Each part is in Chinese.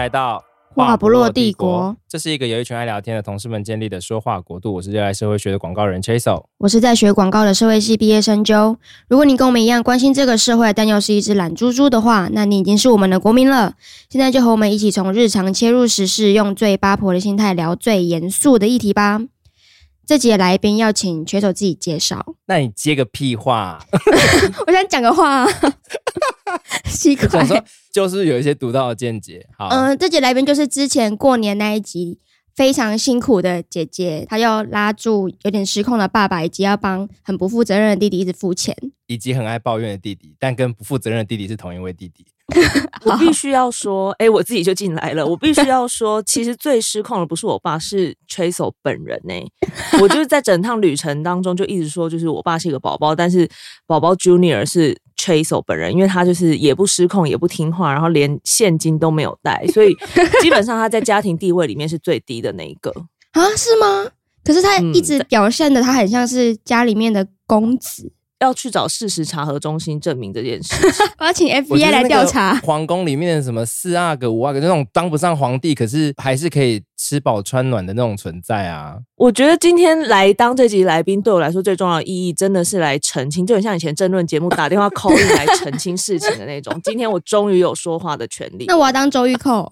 来到话不落帝国， 这是一个由一群爱聊天的同事们建立的说话国度。我是热爱社会学的广告人 Chaseo， 我是在学广告的社会系毕业生 Joe。如果你跟我们一样关心这个社会，但又是一只懒猪猪的话，那你已经是我们的国民了。现在就和我们一起从日常切入时事，用最八婆的心态聊最严肃的议题吧。这集的来宾要请Chaseo自己介绍。 那你接个屁话我想讲个话奇怪， 想说就是有一些独到的见解。好， 这集来宾就是之前过年那一集非常辛苦的姐姐，她要拉住有点失控的爸爸，以及要帮很不负责任的弟弟一直付钱， 以及很爱抱怨的弟弟，但跟不负责任的弟弟是同一位弟弟。 我必须要说，我自己就进来了。我必须要说，其实最失控的不是我爸，是 Chaseo 本人我就是在整趟旅程当中就一直说，就是我爸是一个宝宝，但是宝宝 Junior 是 Chaseo 本人，因为他就是也不失控，也不听话，然后连现金都没有带，所以基本上他在家庭地位里面是最低的那一个啊？是吗？可是他一直表现的他很像是家里面的公子。 要去找事实查核中心证明这件事情。 我要请 FBI 来调查。 皇宫里面的什么4阿哥、5阿哥那种当不上皇帝，可是还是可以吃饱穿暖的那种存在啊。 我觉得今天来当这集来宾，对我来说最重要的意义，真的是来澄清，就很像以前政论节目打电话 call in 来澄清事情的那种。今天我终于有说话的权利。 那我要当周玉蔻。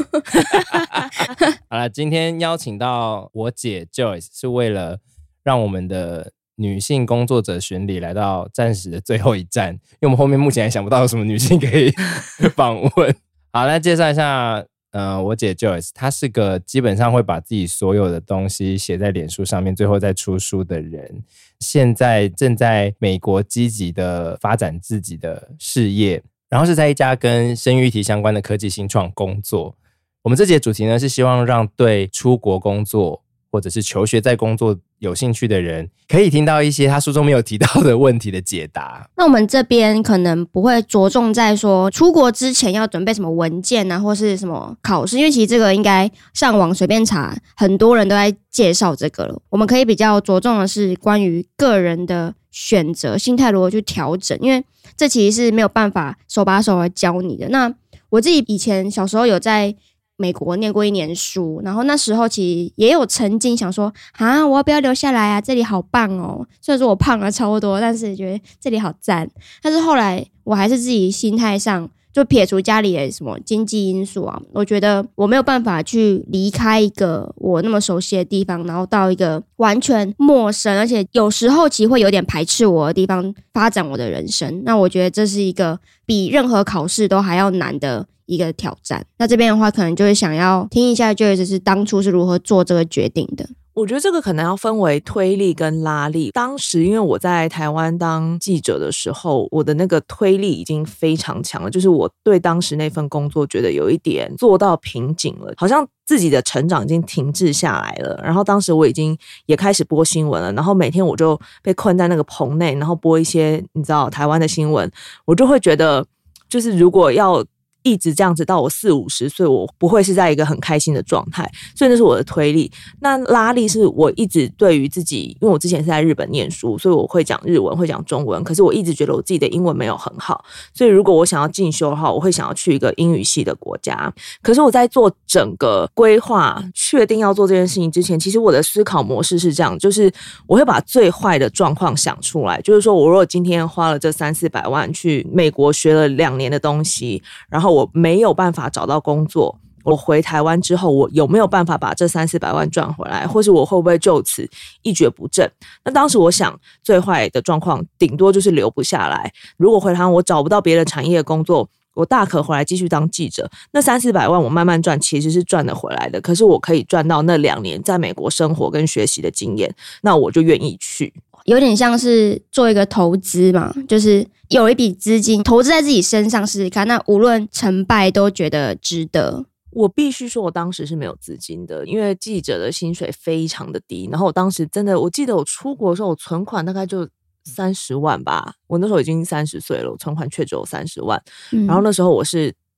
好了，今天邀请到我姐 Joyce 是为了让我们的女性工作者巡礼来到暂时的最后一站，因为我们后面目前还想不到有什么女性可以访问。好，来介绍一下我姐 Joyce， 她是个基本上会把自己所有的东西写在脸书上面，最后再出书的人。现在正在美国积极的发展自己的事业，然后是在一家跟生育议题相关的科技新创工作。我们这集的主题呢，是希望让对出国工作或者是求学在工作有兴趣的人，可以听到一些他书中没有提到的问题的解答。 那我们这边可能不会着重在说出国之前要准备什么文件啊，或是什么考试，因为其实这个应该上网随便查，很多人都在介绍这个了。我们可以比较着重的是关于个人的选择、心态如何去调整，因为这其实是没有办法手把手来教你的。那我自己以前小时候有在美国念过1年书，然后那时候其实也有曾经想说我要不要留下来啊，这里好棒哦。虽然说我胖了超多，但是觉得这里好赞。但是后来我还是自己心态上，就撇除家里的什么经济因素啊，我觉得我没有办法去离开一个我那么熟悉的地方，然后到一个完全陌生，而且有时候其实会有点排斥我的地方发展我的人生。那我觉得这是一个比任何考试都还要难的一个挑战。那这边的话可能就会想要听一下 Joyce 是当初是如何做这个决定的。 我觉得这个可能要分为推力跟拉力。当时因为我在台湾当记者的时候，我的那个推力已经非常强了，就是我对当时那份工作觉得有一点做到瓶颈了，好像自己的成长已经停滞下来了。然后当时我已经也开始播新闻了，然后每天我就被困在那个棚内，然后播一些你知道台湾的新闻，我就会觉得就是如果要一直这样子到我40-50岁，我不会是在一个很开心的状态，所以那是我的推力。那拉力是我一直对于自己，因为我之前是在日本念书，所以我会讲日文，会讲中文，可是我一直觉得我自己的英文没有很好，所以如果我想要进修的话，我会想要去一个英语系的国家。可是我在做整个规划确定要做这件事情之前，其实我的思考模式是这样，就是我会把最坏的状况想出来，就是说我如果今天花了这300-400万去美国学了2年的东西，然后我没有办法找到工作，我回台湾之后，我有没有办法把这300-400万赚回来，或是我会不会就此一蹶不振？那当时我想最坏的状况顶多就是留不下来，如果回台湾我找不到别的产业的工作，我大可回来继续当记者，那300-400万我慢慢赚其实是赚得回来的，可是我可以赚到那2年在美国生活跟学习的经验，那我就愿意去。 有点像是做一个投资嘛，就是有一笔资金投资在自己身上试试看，那无论成败都觉得值得。 我必须说我当时是没有资金的，因为记者的薪水非常的低，然后我当时真的，我记得我出国的时候我存款大概就30万吧，我那时候已经30岁了，我存款却只有30万，然后那时候我是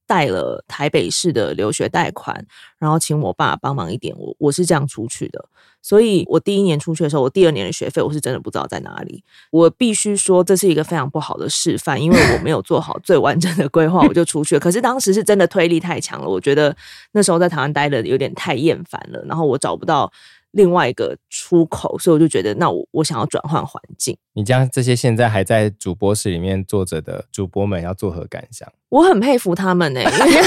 贷了台北市的留学贷款，然后请我爸帮忙一点，我是这样出去的。所以我第1年出去的时候，我第2年的学费我是真的不知道在哪里。我必须说这是一个非常不好的示范，因为我没有做好最完整的规划我就出去了。可是当时是真的推力太强了，我觉得那时候在台湾待的有点太厌烦了，然后我找不到另外一个出口，所以我就觉得那我想要转换环境。 你将这些现在还在主播室里面坐着的主播们要作何感想？ 我很佩服他们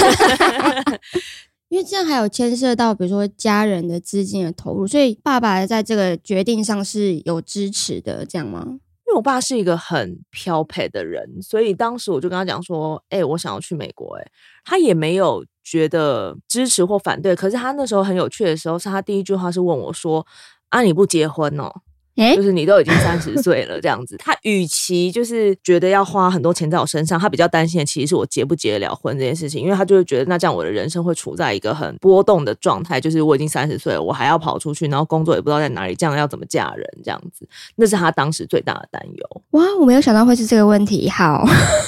因为这样还有牵涉到比如说家人的资金的投入，所以爸爸在这个决定上是有支持的，这样吗？ 因为我爸是一个很漂配的人，所以当时我就跟他讲说我想要去美国他也没有觉得支持或反对。可是他那时候很有趣的时候，是他第一句话是问我说你不结婚哦？就是你都已经30岁了这样子。他与其就是觉得要花很多钱在我身上，他比较担心的其实是我结不结得了婚这件事情，因为他就会觉得那这样我的人生会处在一个很波动的状态，就是我已经30岁了，我还要跑出去，然后工作也不知道在哪里，这样要怎么嫁人这样子，那是他当时最大的担忧。 哇，我没有想到会是这个问题，好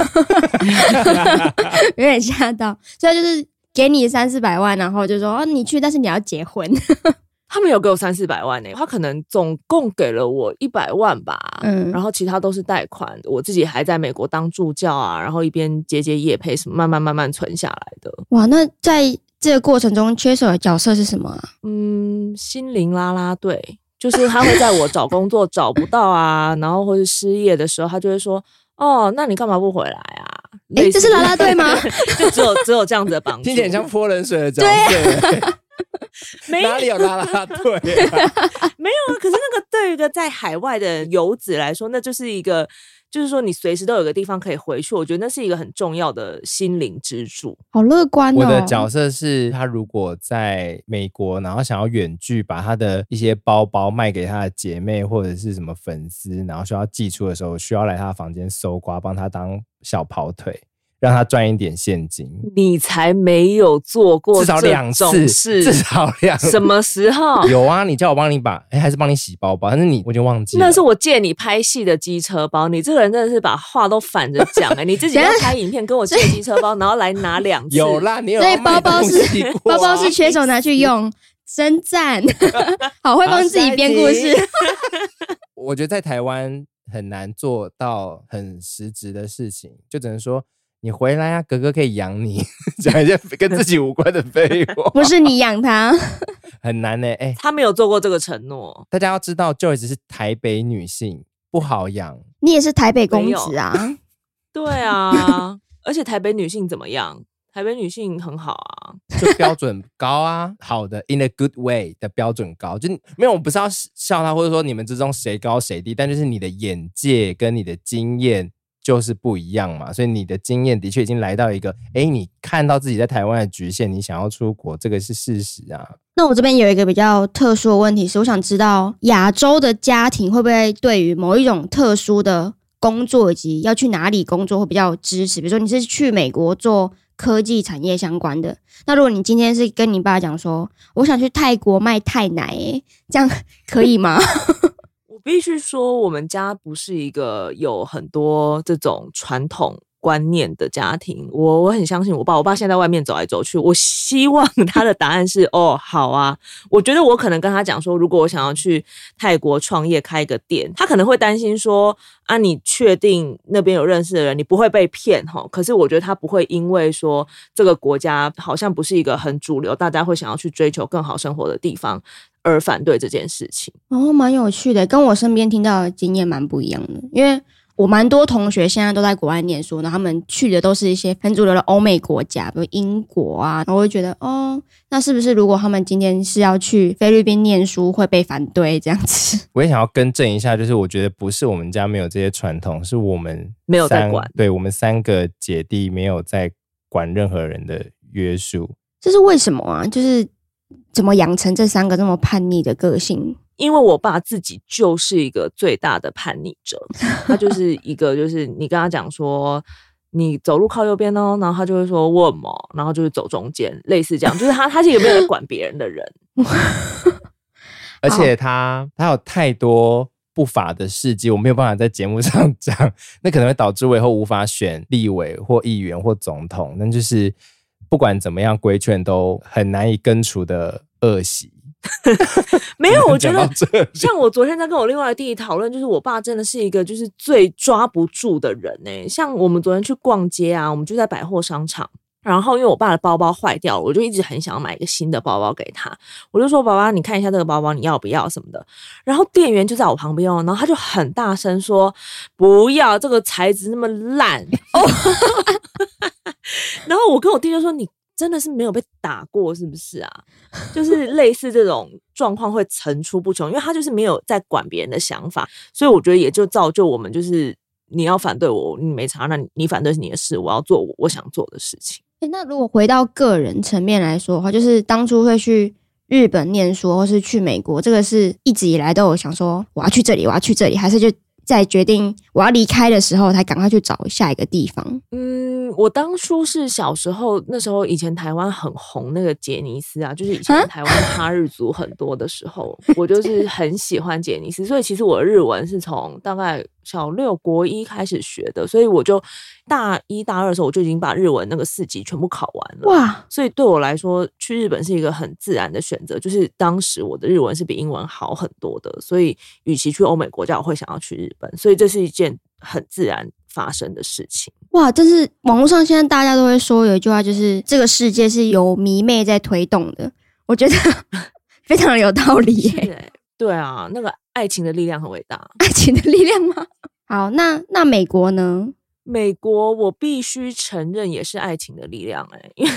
有点吓到。所以就是给你300-400万，然后就说你去，但是你要结婚他们有给我300-400万他可能总共给了我100万吧，然后其他都是贷款，我自己还在美国当助教啊，然后一边接业配什么，慢慢存下来的。 哇，那在这个过程中，缺手的角色是什么啊？ 心灵啦啦队，就是他会在我找工作找不到啊，然后或是失业的时候，他就会说那你干嘛不回来啊？ 这是啦啦队吗？ 就只有这样子的帮助， 听起来像泼冷水的角色。哪里有啦啦队没有啊，可是那个对于一个在海外的游子来说，那就是一个，就是说你随时都有个地方可以回去，我觉得那是一个很重要的心灵支柱。 好乐观我的角色是他如果在美国，然后想要远距把他的一些包包卖给他的姐妹或者是什么粉丝，然后需要寄出的时候，需要来他的房间搜刮，帮他当小跑腿，让他赚一点现金。 你才没有做过至少2次，至少2次。 什么时候？ 有啊，你叫我帮你把，还是帮你洗包包，但是我已经忘记了。 那是我借你拍戏的机车包，你这个人真的是把话都反着讲你自己要拍影片跟我借机车包，然后来拿2次。 有啦，你有。 所以包包是缺手拿去用，真赞，好会帮自己编故事。 我觉得在台湾很难做到很实质的事情，就只能说你回来啊，哥哥可以养你，讲一些跟自己无关的废话。 不是你养他， 很难他没有做过这个承诺。 大家要知道 Joyce 是台北女性，不好养。 你也是台北公子啊。 对啊，而且台北女性怎么样？台北女性很好啊， 就标准高啊，好的 in a good way 的标准高，就没有，我不是要笑他，或者说你们之中谁高谁低，但就是你的眼界跟你的经验就是不一样嘛，所以你的经验的确已经来到一个，你看到自己在台湾的局限，你想要出国，这个是事实啊。 那我这边有一个比较特殊的问题是，我想知道亚洲的家庭会不会对于某一种特殊的工作以及要去哪里工作会比较支持，比如说你是去美国做科技产业相关的，那如果你今天是跟你爸讲说我想去泰国卖泰奶这样可以吗？ 我必须说我们家不是一个有很多这种传统观念的家庭，我很相信我爸现在在外面走来走去，我希望他的答案是好啊。我觉得我可能跟他讲说，如果我想要去泰国创业开一个店，他可能会担心说你确定那边有认识的人，你不会被骗可是我觉得他不会因为说这个国家好像不是一个很主流，大家会想要去追求更好生活的地方而反对这件事情。 蛮有趣的，跟我身边听到的经验蛮不一样的，因为我蛮多同学现在都在国外念书，然后他们去的都是一些很主流的欧美国家，比如英国啊，然后我就觉得那是不是如果他们今天是要去菲律宾念书会被反对这样子？ 我也想要更正一下，就是我觉得不是我们家没有这些传统，是我们没有在管， 对，我们3个姐弟没有在管任何人的约束。 这是为什么啊？就是怎么养成这3个这么叛逆的个性？ 因为我爸自己就是一个最大的叛逆者，他就是一个就是你跟他讲说你走路靠右边然后他就会说为什么，然后就是走中间，类似这样，就是他是一个没有在管别人的人。 而且他有太多不法的事迹，我没有办法在节目上讲，那可能会导致我以后无法选立委或议员或总统。但就是不管怎么样规劝都很难以根除的恶习。 没有，我觉得讲到这里像我昨天在跟我另外的弟弟讨论，就是我爸真的是一个就是最抓不住的人欸。像我们昨天去逛街啊，我们就在百货商场，然后因为我爸的包包坏掉了，我就一直很想要买一个新的包包给他，我就说爸爸你看一下这个包包你要不要什么的，然后店员就在我旁边哦，然后他就很大声说不要，这个材质那么烂然后我跟我弟就说你真的是没有被打过是不是啊？就是类似这种状况会层出不穷，因为他就是没有在管别人的想法，所以我觉得也就造就我们就是你要反对我你没差，那你反对是你的事，我要做我想做的事情。 那如果回到个人层面来说的话，就是当初会去日本念书或是去美国，这个是一直以来都有想说我要去这里我要去这里，还是就在决定我要离开的时候才赶快去找下一个地方？ 我当初是小时候，那时候以前台湾很红那个杰尼斯啊，就是以前台湾哈日族很多的时候我就是很喜欢杰尼斯，所以其实我的日文是从大概小6国1开始学的，所以我就大1大2的时候我就已经把日文那个4级全部考完了。哇！所以对我来说去日本是一个很自然的选择，就是当时我的日文是比英文好很多的，所以与其去欧美国家我会想要去日本，所以这是一件很自然发生的事情。 哇，但是网络上现在大家都会说有一句话，就是这个世界是由迷妹在推动的，我觉得非常有道理耶。 对啊，那个爱情的力量很伟大。 爱情的力量吗？好，那美国呢？ 美国我必须承认也是爱情的力量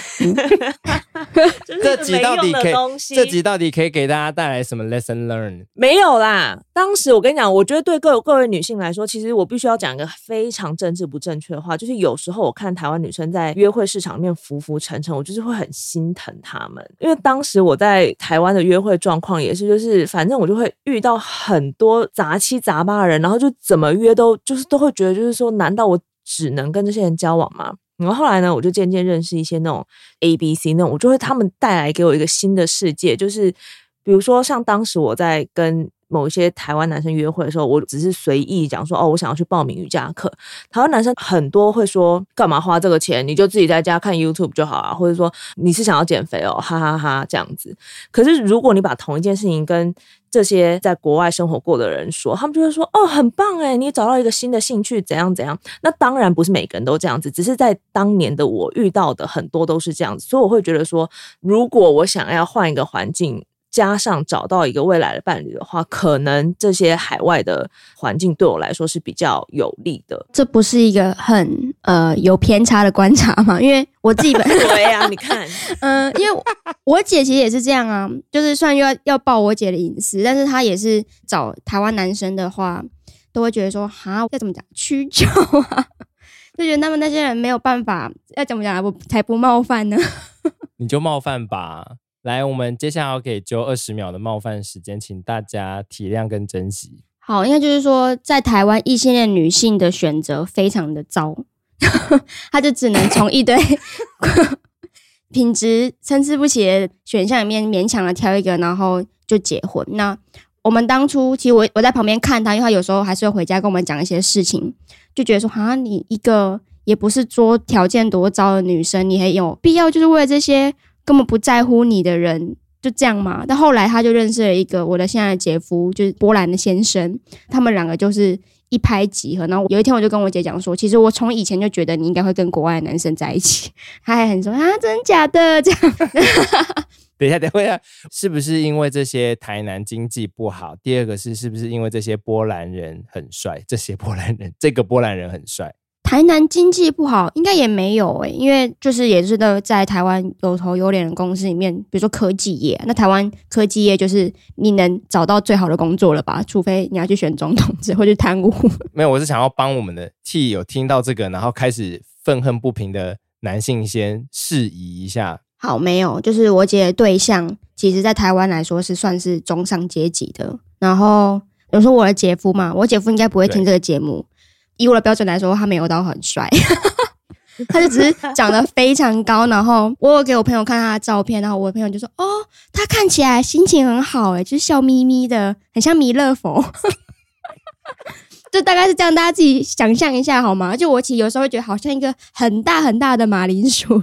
这集到底可以给大家带来什么 lesson learn？ 没有啦，当时我跟你讲，我觉得对各位女性来说，其实我必须要讲一个非常政治不正确的话，就是有时候我看台湾女生在约会市场里面浮浮沉沉，我就是会很心疼她们，因为当时我在台湾的约会状况也是，就是反正我就会遇到很多杂七杂八的人，然后就怎么约都会觉得就是说，难道我只能跟这些人交往吗？然后后来呢，我就渐渐认识一些那种 ABC 那种，我就会他们带来给我一个新的世界，就是比如说像当时我在跟某一些台湾男生约会的时候，我只是随意讲说我想要去报名瑜伽课，台湾男生很多会说干嘛花这个钱，你就自己在家看 YouTube 就好啊，或者说你是想要减肥哦，哈哈哈这样子。可是如果你把同一件事情跟这些在国外生活过的人说，他们就会说很棒耶，你找到一个新的兴趣怎样怎样。那当然不是每个人都这样子，只是在当年的我遇到的很多都是这样子，所以我会觉得说，如果我想要换一个环境，加上找到一个未来的伴侣的话，可能这些海外的环境对我来说是比较有利的。 这不是一个很有偏差的观察吗？因为我自己对啊，你看因为我姐其实也是这样啊，就是虽然要爆我姐的隐私，但是她也是找台湾男生的话都会觉得说要怎么讲屈就啊，就觉得他们那些人没有办法，要怎么讲我才不冒犯呢你就冒犯吧。来，我们接下来要给就20秒的冒犯时间，请大家体谅跟珍惜。 好，应该就是说在台湾异性恋女性的选择非常的糟她就只能从一堆品质参差不齐的选项里面勉强的挑一个，然后就结婚。那我们当初其实我在旁边看她，因为她有时候还是会回家跟我们讲一些事情，就觉得说你一个也不是说条件多糟的女生，你还有必要就是为了这些根本不在乎你的人就这样嘛？但后来他就认识了一个我的现在的姐夫，就是波兰的先生，他们两个就是一拍即合。然后有一天我就跟我姐讲说，其实我从以前就觉得你应该会跟国外的男生在一起。他还很说真假的这样等一下，是不是因为这些台南经济不好？第二个是不是因为这些波兰人很帅？这个波兰人很帅。 台南经济不好应该也没有因为就是也是在台湾有头有脸的公司里面，比如说科技业，那台湾科技业就是你能找到最好的工作了吧，除非你要去选总统制或去贪污。 没有，我是想要帮我们的替有听到这个然后开始愤恨不平的男性先释疑一下。 好，没有，就是我姐的对象其实在台湾来说是算是中上阶级的，然后有说我的姐夫嘛，我姐夫应该不会听这个节目，以我的标准来说他没有到很帅他就只是长得非常高，然后我有给我朋友看他的照片，然后我的朋友就说他看起来心情很好就是笑眯眯的，很像弥勒佛就大概是这样，大家自己想象一下好吗？就我其实有时候会觉得好像一个很大很大的马铃薯这样。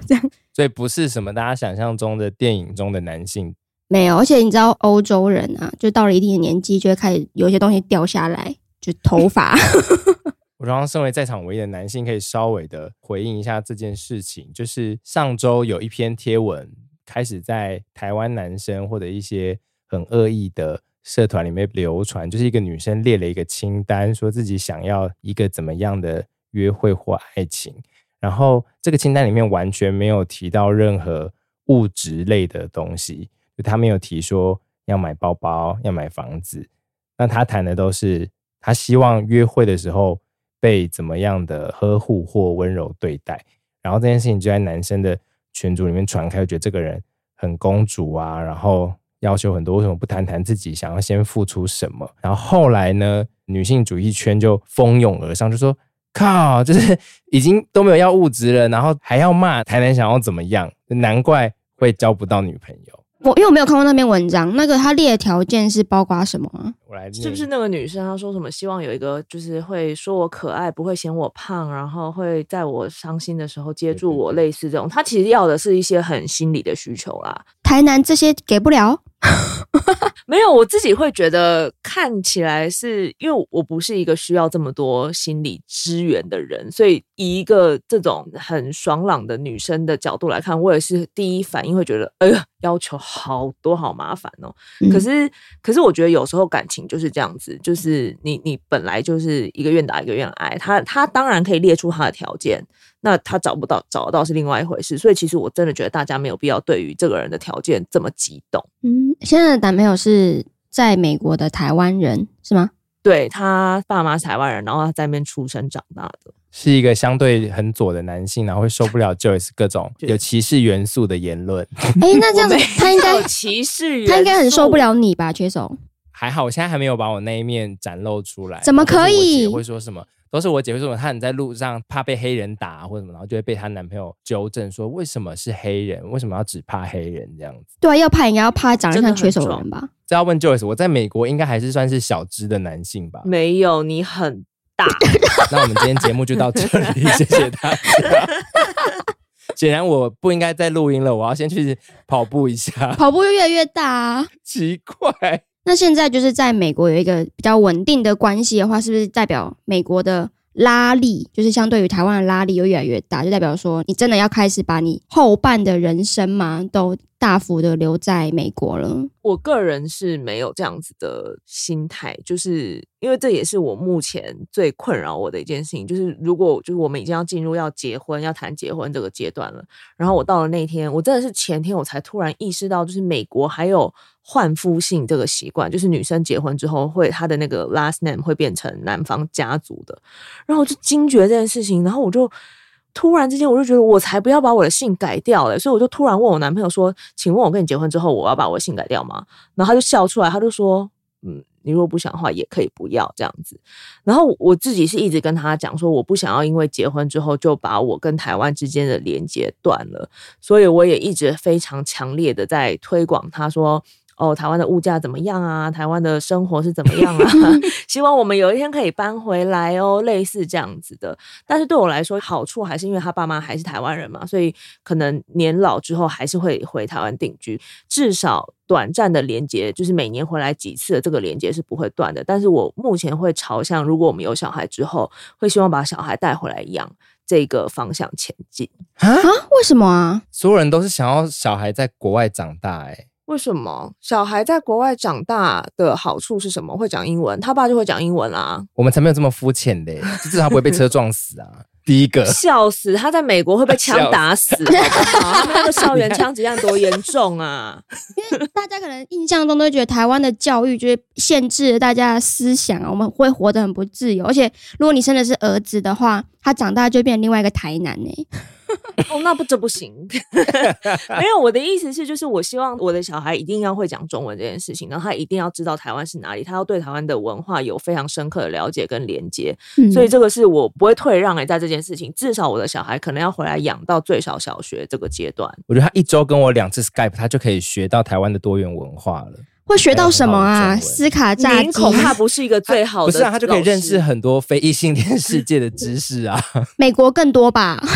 所以不是什么大家想象中的电影中的男性。 没有，而且你知道欧洲人啊，就到了一定的年纪就会开始有一些东西掉下来，就头发。 我希望身为在场唯一的男性可以稍微的回应一下这件事情，就是上周有一篇贴文开始在台湾男生或者一些很恶意的社团里面流传，就是一个女生列了一个清单，说自己想要一个怎么样的约会或爱情，然后这个清单里面完全没有提到任何物质类的东西，就他没有提说要买包包要买房子，那他谈的都是他希望约会的时候被怎么样的呵护或温柔对待，然后这件事情就在男生的群组里面传开，觉得这个人很公主啊，然后要求很多，为什么不谈谈自己想要先付出什么？然后后来呢，女性主义圈就蜂拥而上，就说靠，就是已经都没有要物质了，然后还要骂台南想要怎么样，难怪会交不到女朋友。 因为我没有看过那篇文章，那个他列的条件是包括什么啊？ 我来念， 是不是那个女生她说什么希望有一个就是会说我可爱，不会嫌我胖，然后会在我伤心的时候接住我，类似这种。她其实要的是一些很心理的需求啦。 台南这些给不了。 没有，我自己会觉得看起来是因为我不是一个需要这么多心理支援的人，所以以一个这种很爽朗的女生的角度来看，我也是第一反应会觉得哎呀要求好多好麻烦哦。可是我觉得有时候感情就是这样子，就是你本来就是一个愿打一个愿挨，他当然可以列出他的条件，那他找得到是另外一回事。所以其实我真的觉得大家没有必要对于这个人的条件这么激动。 现在的男朋友是在美国的台湾人是吗？ 对，他爸妈是台湾人，然后他在那边出生长大的， 是一个相对很左的男性，然后会受不了 Joyce 各种有歧视元素的言论。 那这样子他应该有歧视元素， 他应该很受不了你吧，缺手？ 还好我现在还没有把我那一面展露出来。 怎么可以？ 我姐会说什么？都是我姐会说什么？她很在路上怕被黑人打或者什么，然后就会被她男朋友纠正说为什么是黑人？为什么要只怕黑人这样子？ 对啊，要怕应该要怕长得像缺手的人吧？ 这要问 Joyce， 我在美国应该还是算是小只的男性吧？ 没有，你很大。 那我们今天节目就到这里，谢谢大家。显然我不应该再录音了，我要先去跑步一下。 跑步越来越大啊， 奇怪。 那现在就是在美国有一个比较稳定的关系的话，是不是代表美国的拉力就是相对于台湾的拉力又越来越大，就代表说你真的要开始把你后半的人生嘛都大幅的留在美国了？ 我个人是没有这样子的心态，就是因为这也是我目前最困扰我的一件事情，就是如果就是我们已经要进入要结婚要谈结婚这个阶段了，然后我到了那天，我真的是前天我才突然意识到，就是美国还有换夫姓这个习惯，就是女生结婚之后会她的那个 last name 会变成男方家族的，然后我就惊觉这件事情，然后我就突然之间我就觉得我才不要把我的姓改掉了，所以我就突然问我男朋友说，请问我跟你结婚之后我要把我的姓改掉吗？然后他就笑出来，他就说你如果不想的话也可以不要这样子。然后我自己是一直跟他讲说，我不想要因为结婚之后就把我跟台湾之间的连接断了，所以我也一直非常强烈的在推广他说台湾的物价怎么样啊？台湾的生活是怎么样啊？希望我们有一天可以搬回来哦，类似这样子的。但是对我来说，好处还是因为他爸妈还是台湾人嘛，所以可能年老之后还是会回台湾定居，至少短暂的连结，就是每年回来几次的这个连结是不会断的。但是我目前会朝向，如果我们有小孩之后，会希望把小孩带回来养这个方向前进。 为什么啊？ 所有人都是想要小孩在国外长大为什么小孩在国外长大的好处是什么？会讲英文，他爸就会讲英文啦。 我们才没有这么肤浅的，至少不会被车撞死啊。第一个笑死，他在美国会被枪打死，好不好？他们那个校园枪击案多严重啊！ 因为大家可能印象中都觉得台湾的教育就是限制了大家的思想啊，我们会活得很不自由。而且如果你生的是儿子的话，他长大就变成另外一个台南那这不行。没有，我的意思是就是我希望我的小孩一定要会讲中文这件事情，然后他一定要知道台湾是哪里，他要对台湾的文化有非常深刻的了解跟连接，所以这个是我不会退让在这件事情，至少我的小孩可能要回来养到最少小学这个阶段。 我觉得他一周跟我2次 Skype， 他就可以学到台湾的多元文化了。 会学到什么啊？斯卡炸鸡恐怕不是一个最好的不是他就可以认识很多非异性恋世界的知识啊。 美国更多吧？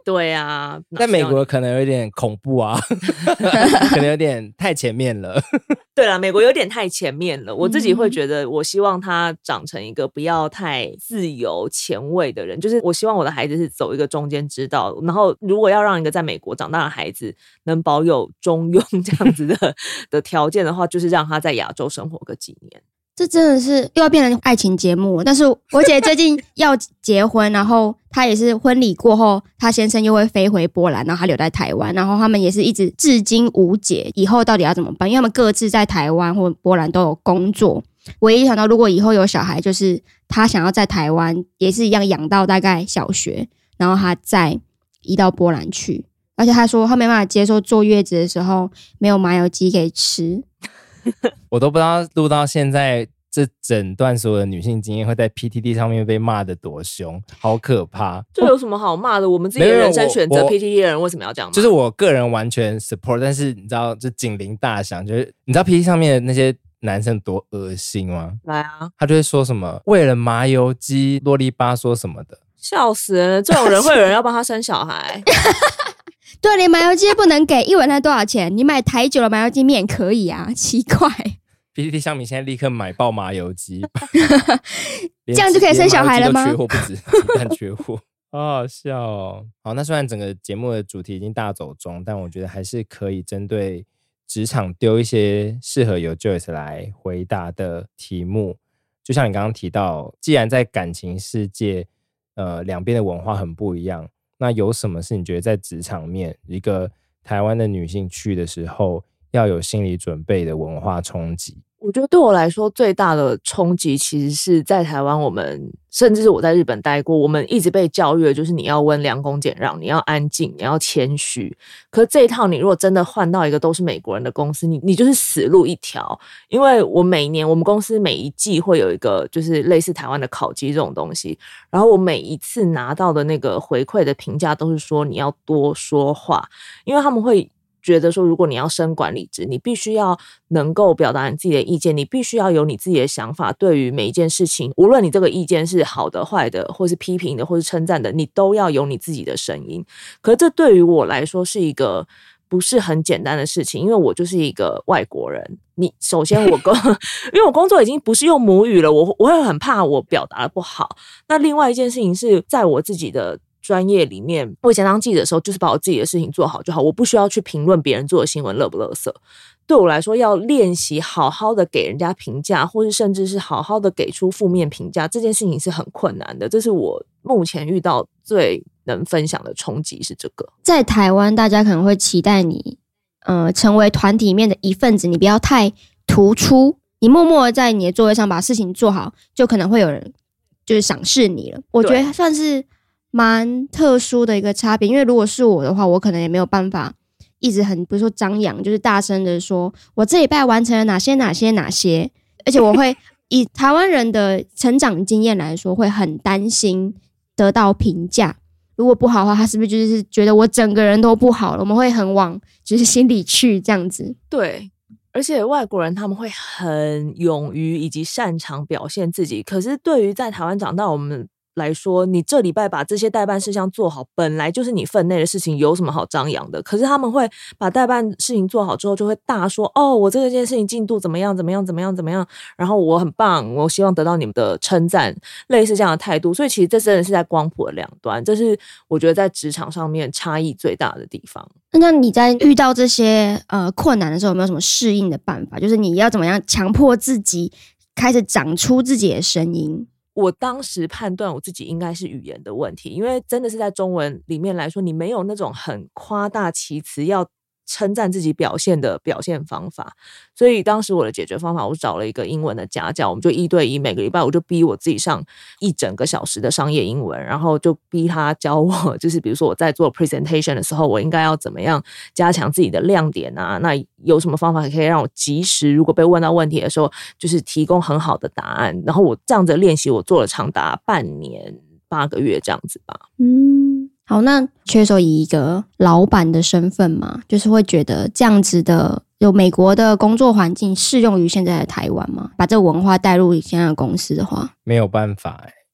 对啊， 在美国可能有点恐怖啊，可能有点太前面了。 对啦，美国有点太前面了。我自己会觉得，我希望他长成一个不要太自由前卫的人，就是我希望我的孩子是走一个中间之道。然后，如果要让一个在美国长大的孩子能保有中庸这样子的条件的话，就是让他在亚洲生活个几年。 这真的是又要变成爱情节目了。但是我姐最近要结婚，然后她也是婚礼过后，她先生又会飞回波兰，然后她留在台湾，然后他们也是一直至今无解，以后到底要怎么办？因为他们各自在台湾或波兰都有工作。唯一想到，如果以后有小孩，就是他想要在台湾也是一样养到大概小学，然后他再移到波兰去。而且他说他没办法接受坐月子的时候没有麻油鸡给吃。 我都不知道录到现在这整段所有的女性经验会在 PTT 上面被骂得多凶，好可怕。 这有什么好骂的？我们自己的人生选择 PTT 的人为什么要这样骂？ 就是我个人完全 support， 但是你知道就警铃大响，就是你知道 PTT 上面的那些男生多恶心吗？ 来啊， 他就会说什么为了麻油鸡啰里吧嗦什么的， 笑死人了！这种人会有人要帮他生小孩？ 对，连麻油鸡不能给，一碗才多少钱？你买台酒的麻油鸡面可以啊，奇怪。 PTT 乡民现在立刻买爆麻油鸡， 这样就可以生小孩了吗？ 连麻油鸡都缺货不止，鸡蛋缺货，好好笑哦。好，那虽然整个节目的主题已经大走中，但我觉得还是可以针对职场丢一些适合由 Joyce 来回答的题目。就像你刚刚提到，既然在感情世界，两边的文化很不一样，那有什么是你觉得在职场面一个台湾的女性去的时候要有心理准备的文化冲击？ 我觉得对我来说最大的冲击其实是在台湾，我们甚至是我在日本待过，我们一直被教育的就是你要温良恭俭让，你要安静，你要谦虚。可是这一套你如果真的换到一个都是美国人的公司，你就是死路一条。因为我每年我们公司每一季会有一个就是类似台湾的考绩这种东西，然后我每一次拿到的那个回馈的评价都是说你要多说话，因为他们会觉得说，如果你要升管理职，你必须要能够表达你自己的意见，你必须要有你自己的想法。对于每一件事情，无论你这个意见是好的、坏的，或是批评的，或是称赞的，你都要有你自己的声音。可是这对于我来说是一个不是很简单的事情，因为我就是一个外国人。首先因为我工作已经不是用母语了，我会很怕我表达的不好。那另外一件事情是在我自己的专业里面，我以前当记者的时候，就是把我自己的事情做好就好，我不需要去评论别人做的新闻垃不垃圾。对我来说，要练习好好的给人家评价，或是甚至是好好的给出负面评价，这件事情是很困难的。这是我目前遇到最能分享的冲击是这个。在台湾，大家可能会期待你成为团体里面的一份子，你不要太突出，你默默的在你的座位上把事情做好，就可能会有人就是赏识你了。我觉得算是蛮特殊的一个差别，因为如果是我的话，我可能也没有办法一直很不是说张扬，就是大声的说我这礼拜完成了哪些，而且我会以台湾人的成长经验来说，会很担心得到评价。如果不好的话，他是不是就是觉得我整个人都不好了？我们会很往就是心里去这样子。对，而且外国人他们会很勇于以及擅长表现自己，可是对于在台湾长大我们来说，你这礼拜把这些代办事项做好，本来就是你分内的事情，有什么好张扬的？可是他们会把代办事情做好之后，就会大说哦，我这件事情进度怎么样，然后我很棒，我希望得到你们的称赞，类似这样的态度。所以其实这真的是在光谱的两端，这是我觉得在职场上面差异最大的地方。那你在遇到这些困难的时候，有没有什么适应的办法？就是你要怎么样强迫自己开始长出自己的声音？我当时判断我自己应该是语言的问题，因为真的是在中文里面来说，你没有那种很夸大其词要称赞自己表现的表现方法。所以当时我的解决方法，我找了一个英文的家教，我们就1对1，每个礼拜我就逼我自己上1整个小时的商业英文，然后就逼他教我，就是比如说我在做 presentation 的时候，我应该要怎么样加强自己的亮点啊，那有什么方法可以让我及时如果被问到问题的时候就是提供很好的答案。然后我这样子的练习我做了长达半年8个月这样子吧。好，那缺手以一个老板的身份嘛，就是会觉得这样子的有美国的工作环境适用于现在的台湾吗？把这个文化带入现在的公司的话， 没有办法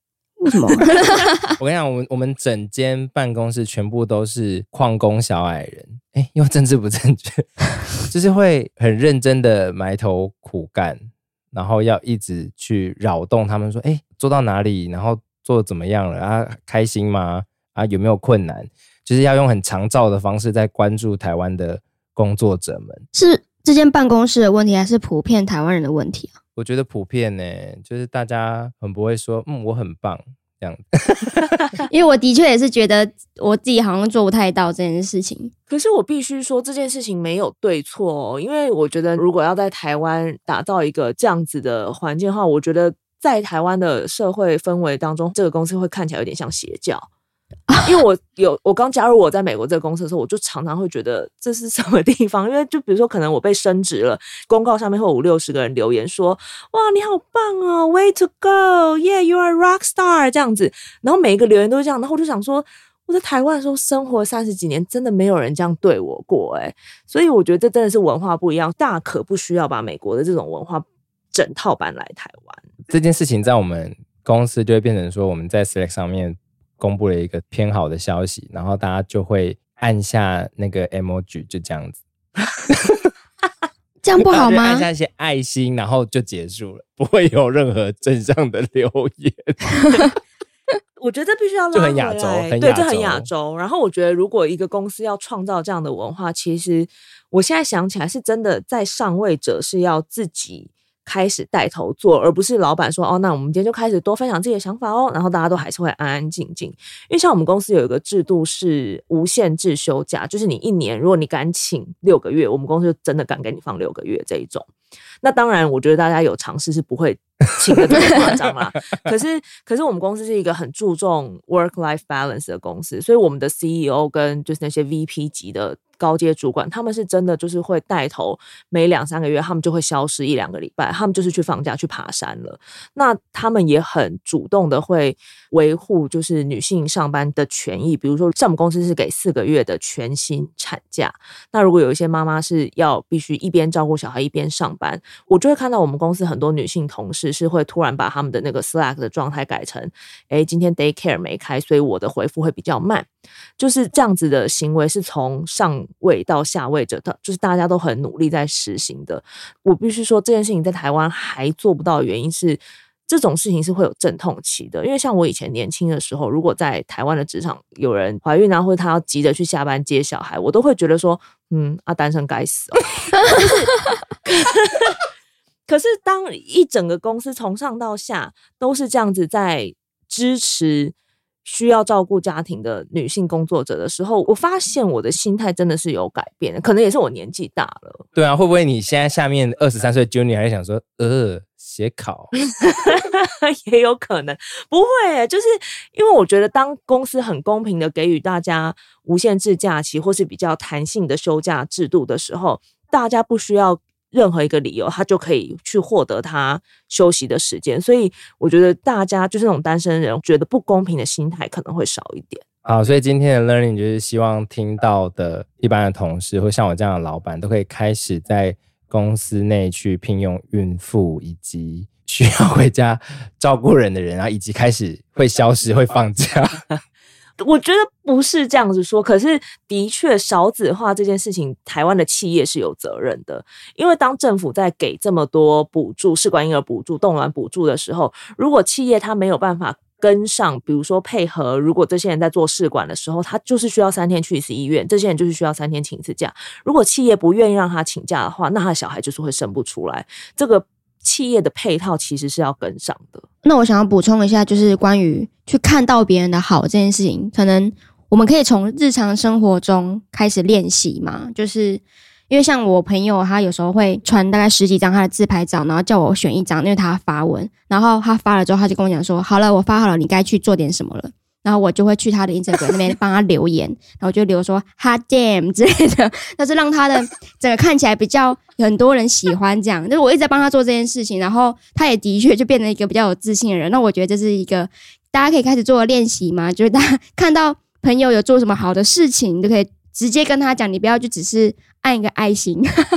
为什么？ 我跟你讲，我们整间办公室全部都是矿工小矮人，因为政治不正确，就是会很认真的埋头苦干，然后要一直去扰动他们说，做到哪里，然后做得怎么样了啊？开心吗？啊，有没有困难？就是要用很长照的方式在关注台湾的工作者们。 是这间办公室的问题，还是普遍台湾人的问题啊？ 我觉得普遍就是大家很不会说我很棒这样因为我的确也是觉得我自己好像做不太到这件事情。 可是我必须说这件事情没有对错因为我觉得如果要在台湾打造一个这样子的环境的话，我觉得在台湾的社会氛围当中，这个公司会看起来有点像邪教。因为我刚加入我在美国这个公司的时候，我就常常会觉得这是什么地方，因为就比如说可能我被升职了，公告上面会有50-60个人留言说哇你好棒哦 way to go yeah you are a rock star 这样子，然后每一个留言都是这样，然后我就想说我在台湾的时候生活30几年，真的没有人这样对我过所以我觉得这真的是文化不一样，大可不需要把美国的这种文化整套搬来台湾。这件事情在我们公司就会变成说，我们在 Slack 上面公布了一个偏好的消息，然后大家就会按下那个 emoji， 就这样子。 这样不好吗？ 按下一些爱心，然后就结束了，不会有任何正向的留言。 我觉得必须要拉回来， 就很亚洲， 对，就很亚洲。然后我觉得，如果一个公司要创造这样的文化，其实我现在想起来，是真的在上位者是要自己开始带头做，而不是老板说那我们今天就开始多分享自己的想法然后大家都还是会安安静静。因为像我们公司有一个制度是无限制休假，就是你一年如果你敢请6个月，我们公司就真的敢给你放6个月这一种。那当然我觉得大家有尝试是不会请的这么夸张啦可是我们公司是一个很注重 work-life balance 的公司，所以我们的 CEO 跟就是那些 VP 级的高阶主管，他们是真的就是会带头，每2-3个月他们就会消失1-2个礼拜，他们就是去放假去爬山了。那他们也很主动的会维护就是女性上班的权益，比如说像我们公司是给4个月的全薪产假，那如果有一些妈妈是要必须一边照顾小孩一边上班，我就会看到我们公司很多女性同事是会突然把他们的那个 Slack 的状态改成今天 daycare 没开，所以我的回复会比较慢。就是这样子的行为是从上位到下位者，就是大家都很努力在实行的。我必须说这件事情在台湾还做不到的原因是，这种事情是会有阵痛期的。因为像我以前年轻的时候，如果在台湾的职场有人怀孕或者他要急着去下班接小孩，我都会觉得说单身该死可是当一整个公司从上到下都是这样子在支持需要照顾家庭的女性工作者的时候，我发现我的心态真的是有改变，可能也是我年纪大了。 对啊，会不会你现在下面23岁 Junior 还想说写考也有可能不会就是因为我觉得当公司很公平的给予大家无限制假期或是比较弹性的休假制度的时候，大家不需要任何一个理由他就可以去获得他休息的时间，所以我觉得大家就是那种单身人觉得不公平的心态可能会少一点。 好，所以今天的 learning 就是希望听到的一般的同事或像我这样的老板都可以开始在公司内去聘用孕妇以及需要回家照顾人的人，然后以及开始会消失会放假我觉得不是这样子说，可是的确少子化这件事情台湾的企业是有责任的。因为当政府在给这么多补助，试管婴儿补助、冻卵补助的时候，如果企业它没有办法跟上，比如说配合，如果这些人在做试管的时候他就是需要3天去一次医院，这些人就是需要3天请一次假，如果企业不愿意让他请假的话，那他的小孩就是会生不出来，这个企业的配套其实是要跟上的。 那我想要补充一下，就是关于去看到别人的好这件事情，可能我们可以从日常生活中开始练习嘛。就是因为像我朋友他有时候会传大概10几张他的自拍照，然后叫我选一张，因为他发文，然后他发了之后他就跟我讲说好了我发好了，你该去做点什么了，然后我就会去他的 Instagram 那边帮他留言然后就留说 hot damn 之类的，但是让他的整个看起来比较有很多人喜欢这样，就是我一直在帮他做这件事情，然后他也的确就变成一个比较有自信的人。那我觉得这是一个大家可以开始做的练习嘛，就是大家看到朋友有做什么好的事情，你就可以直接跟他讲，你不要就只是按一个爱心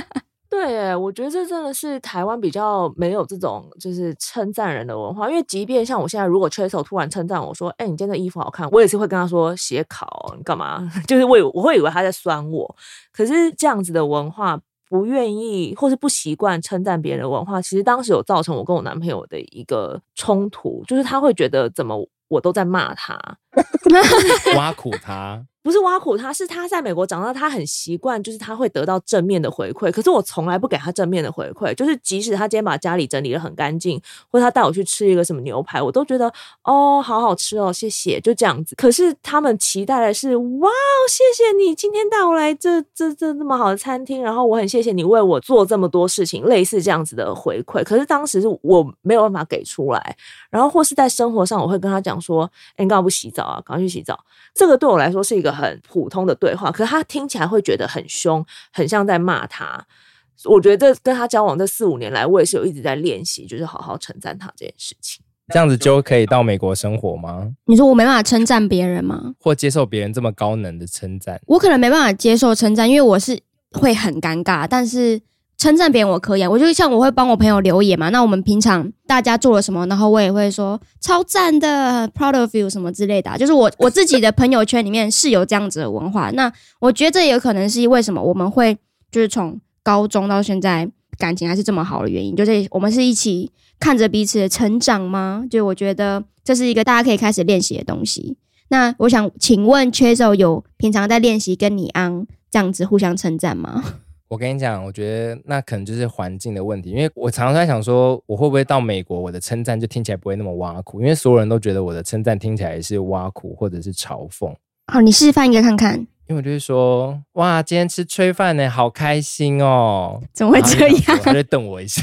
对耶，我觉得这真的是台湾比较没有这种就是称赞人的文化，因为即便像我现在，如果 Chasel 突然称赞我说：“哎、你今天的衣服好看”，我也是会跟他说：“写考，你干嘛？”就是我会以为他在酸我。可是这样子的文化，不愿意或是不习惯称赞别人的文化，其实当时有造成我跟我男朋友的一个冲突，就是他会觉得怎么我都在骂他， 挖苦他。 不是挖苦他，是他在美国长大，他很习惯，就是他会得到正面的回馈。可是我从来不给他正面的回馈，就是即使他今天把家里整理得很干净，或者他带我去吃一个什么牛排，我都觉得哦，好好吃哦，谢谢，就这样子。可是他们期待的是，哇，谢谢你今天带我来这么好的餐厅，然后我很谢谢你为我做这么多事情，类似这样子的回馈。可是当时是我没有办法给出来，然后或是在生活上，我会跟他讲说，哎，你干嘛不洗澡啊？赶快去洗澡。这个对我来说是一个很普通的对话，可是他听起来会觉得很凶，很像在骂他。我觉得跟他交往这4-5年来，我也是有一直在练习，就是好好称赞他这件事情。 这样子就可以到美国生活吗？ 你说我没办法称赞别人吗？ 或接受别人这么高能的称赞？ 我可能没办法接受称赞，因为我是会很尴尬，但是称赞别人我可以啊，我就像我会帮我朋友留言嘛，那我们平常大家做了什么，然后我也会说超赞的 proud of you 什么之类的，就是我自己的朋友圈里面是有这样子的文化。那我觉得这也有可能是为什么我们会就是从高中到现在感情还是这么好的原因，就是我们是一起看着彼此的成长吗？就我觉得这是一个大家可以开始练习的东西。那我想请问 Chasel 有平常在练习跟你安这样子互相称赞吗？ 我跟你讲，我觉得那可能就是环境的问题，因为我常常在想说，我会不会到美国，我的称赞就听起来不会那么挖苦，因为所有人都觉得我的称赞听起来是挖苦或者是嘲讽。 好，你示范一个看看。 因为我就会说，哇，今天吃炊饭呢，好开心哦！ 怎么会这样？ 他就瞪我一下，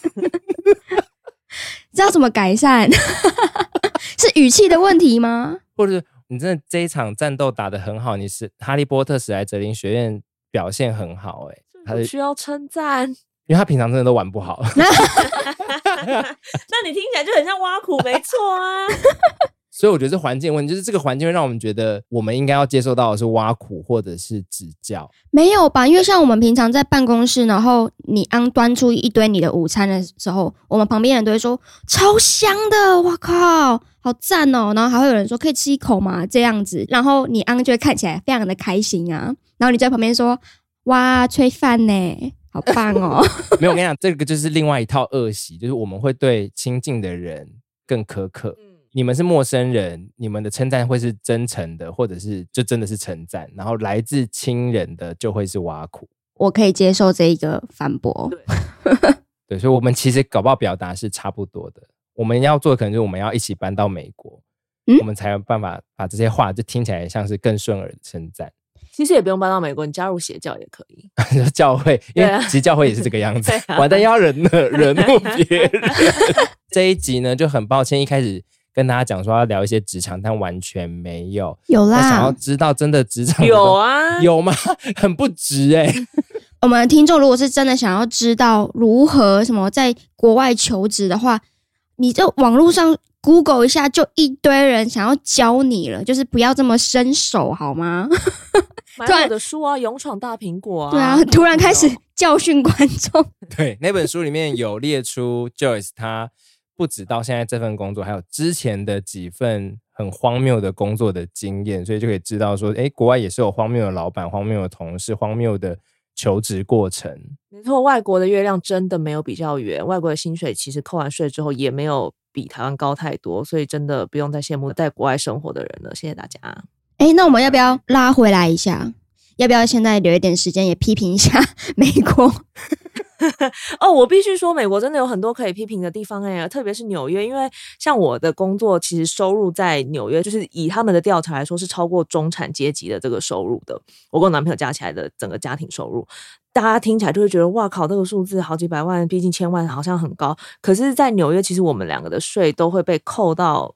这要怎么改善？是语气的问题吗？ 或者你真的这一场战斗打得很好，你是哈利波特史莱哲林学院表现很好，他需要称赞， 因为他平常真的都玩不好。 那你听起来就很像挖苦，没错啊。 所以我觉得这环境问题，就是这个环境会让我们觉得我们应该要接受到的是挖苦或者是指教。 没有吧？因为像我们平常在办公室，然后你端出一堆你的午餐的时候，我们旁边人都会说超香的，哇靠，好赞哦！然后还会有人说可以吃一口吗？这样子，然后你就会看起来非常的开心啊。然后你在旁边说哇，炊饭呢，好棒哦！ 没有，我跟你讲，这个就是另外一套恶习，就是我们会对亲近的人更苛刻。你们是陌生人，你们的称赞会是真诚的，或者是就真的是称赞，然后来自亲人的就会是挖苦。 我可以接受这一个反驳。 对，所以我们其实搞不好表达是差不多的。我们要做的可能就是我们要一起搬到美国，我们才有办法把这些话就听起来像是更顺耳的称赞。 其实也不用搬到美国，你加入邪教也可以。 教会，因为其实教会也是这个样子，完蛋要惹怒别人。这一集呢就很抱歉，一开始跟大家讲说要聊一些职场，但完全没有。 有啦， 想要知道真的职场有啊？ 有吗？很不值我们的听众如果是真的想要知道如何什么在国外求职的话，你就网络上 Google 一下，就一堆人想要教你了，就是不要这么伸手好吗？ 买我的书啊，勇闯大苹果啊。 对啊，突然开始教训观众。 对，那本书里面有列出 Joyce 他不止到现在这份工作，还有之前的几份很荒谬的工作的经验，所以就可以知道说，国外也是有荒谬的老板、荒谬的同事、荒谬的求职过程。 没错，外国的月亮真的没有比较圆，外国的薪水其实扣完税之后也没有比台湾高太多，所以真的不用再羡慕在国外生活的人了。谢谢大家。 那我们要不要拉回来一下？要不要现在留一点时间也批评一下美国？ 我必须说美国真的有很多可以批评的地方特别是纽约，因为像我的工作其实收入在纽约就是以他们的调查来说是超过中产阶级的这个收入的，我跟我男朋友加起来的整个家庭收入，大家听起来就会觉得哇靠，这个数字好几百万毕竟千万好像很高，可是在纽约其实我们两个的税都会被扣到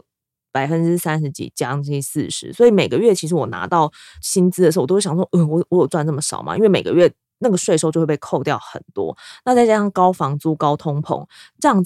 30%几，将近40%，所以每个月其实我拿到薪资的时候，我都会想说，我有赚这么少吗？因为每个月那个税收就会被扣掉很多，那再加上高房租、高通膨，这样子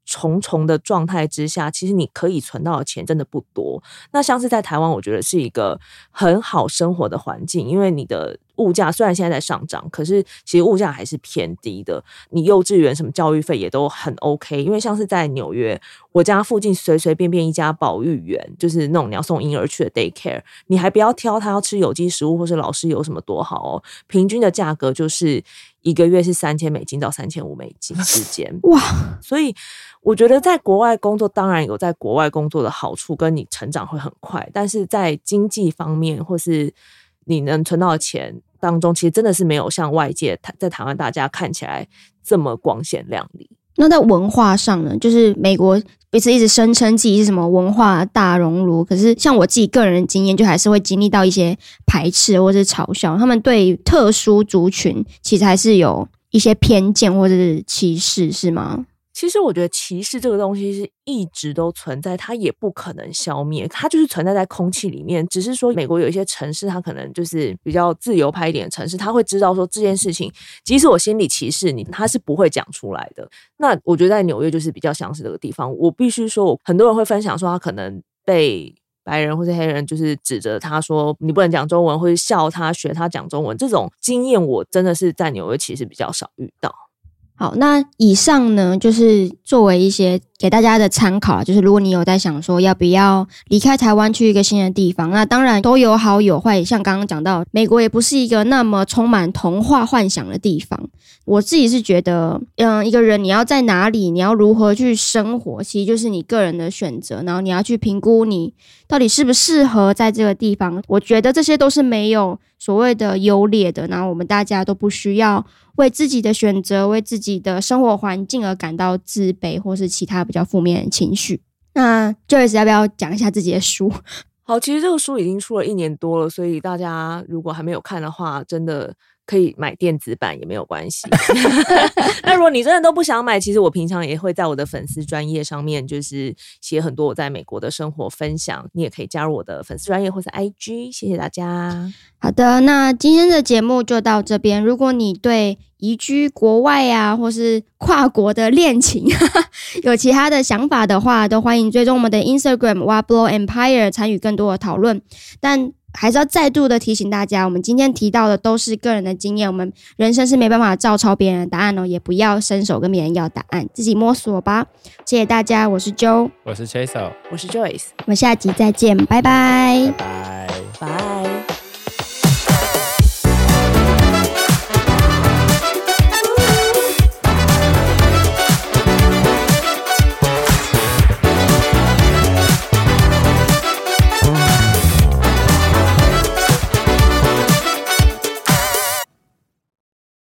重重的状态之下，其实你可以存到的钱真的不多。那像是在台湾，我觉得是一个很好生活的环境，因为你的物价虽然现在在上涨，可是其实物价还是偏低的。你幼稚园什么教育费也都很 OK， 因为像是在纽约，我家附近随随便便一家保育园，就是那种你要送婴儿去的 daycare， 你还不要挑他要吃有机食物或是老师有什么多好哦，平均的价格就是一个月是$3000到$3500之间。哇！所以我觉得在国外工作当然有在国外工作的好处，跟你成长会很快，但是在经济方面或是你能存到的钱当中，其实真的是没有像外界在台湾大家看起来这么光鲜亮丽。 那在文化上呢，就是美国彼此一直声称自己是什么文化大熔炉，可是像我自己个人的经验，就还是会经历到一些排斥或是嘲笑，他们对特殊族群其实还是有一些偏见或者是歧视，是吗？ 其实我觉得歧视这个东西是一直都存在，它也不可能消灭，它就是存在在空气里面。只是说美国有一些城市，它可能就是比较自由派一点的城市，他会知道说这件事情，即使我心里歧视你，他是不会讲出来的。那我觉得在纽约就是比较像是这个地方。我必须说，很多人会分享说他可能被白人或是黑人就是指着他说你不能讲中文，或是笑他学他讲中文，这种经验我真的是在纽约其实比较少遇到。 好，那以上呢就是作为一些给大家的参考，就是如果你有在想说要不要离开台湾去一个新的地方，那当然都有好有坏，像刚刚讲到美国也不是一个那么充满童话幻想的地方。我自己是觉得一个人你要在哪里，你要如何去生活，其实就是你个人的选择，然后你要去评估你到底适不适合在这个地方。我觉得这些都是没有所谓的优劣的，然后我们大家都不需要为自己的选择为自己的生活环境而感到自卑或是其他比较负面的情绪。那 Joyce 要不要讲一下自己的书？ 好，其实这个书已经出了1年多了，所以大家如果还没有看的话，真的可以买电子版也没有关系。那如果你真的都不想买，其实我平常也会在我的粉丝专页上面就是写很多我在美国的生活分享，你也可以加入我的粉丝专页或是 IG。 谢谢大家。 好的，那今天的节目就到这边。如果你对移居国外啊，或是跨国的恋情有其他的想法的话，都欢迎追踪我们的 Instagram Wablo Empire 参与更多的讨论。但还是要再度的提醒大家，我们今天提到的都是个人的经验，我们人生是没办法照抄别人的答案哦，也不要伸手跟别人要答案，自己摸索吧。谢谢大家，我是 Joe， 我是 Chase， 我是 Joyce， 我们下集再见，拜拜， 拜拜， 拜。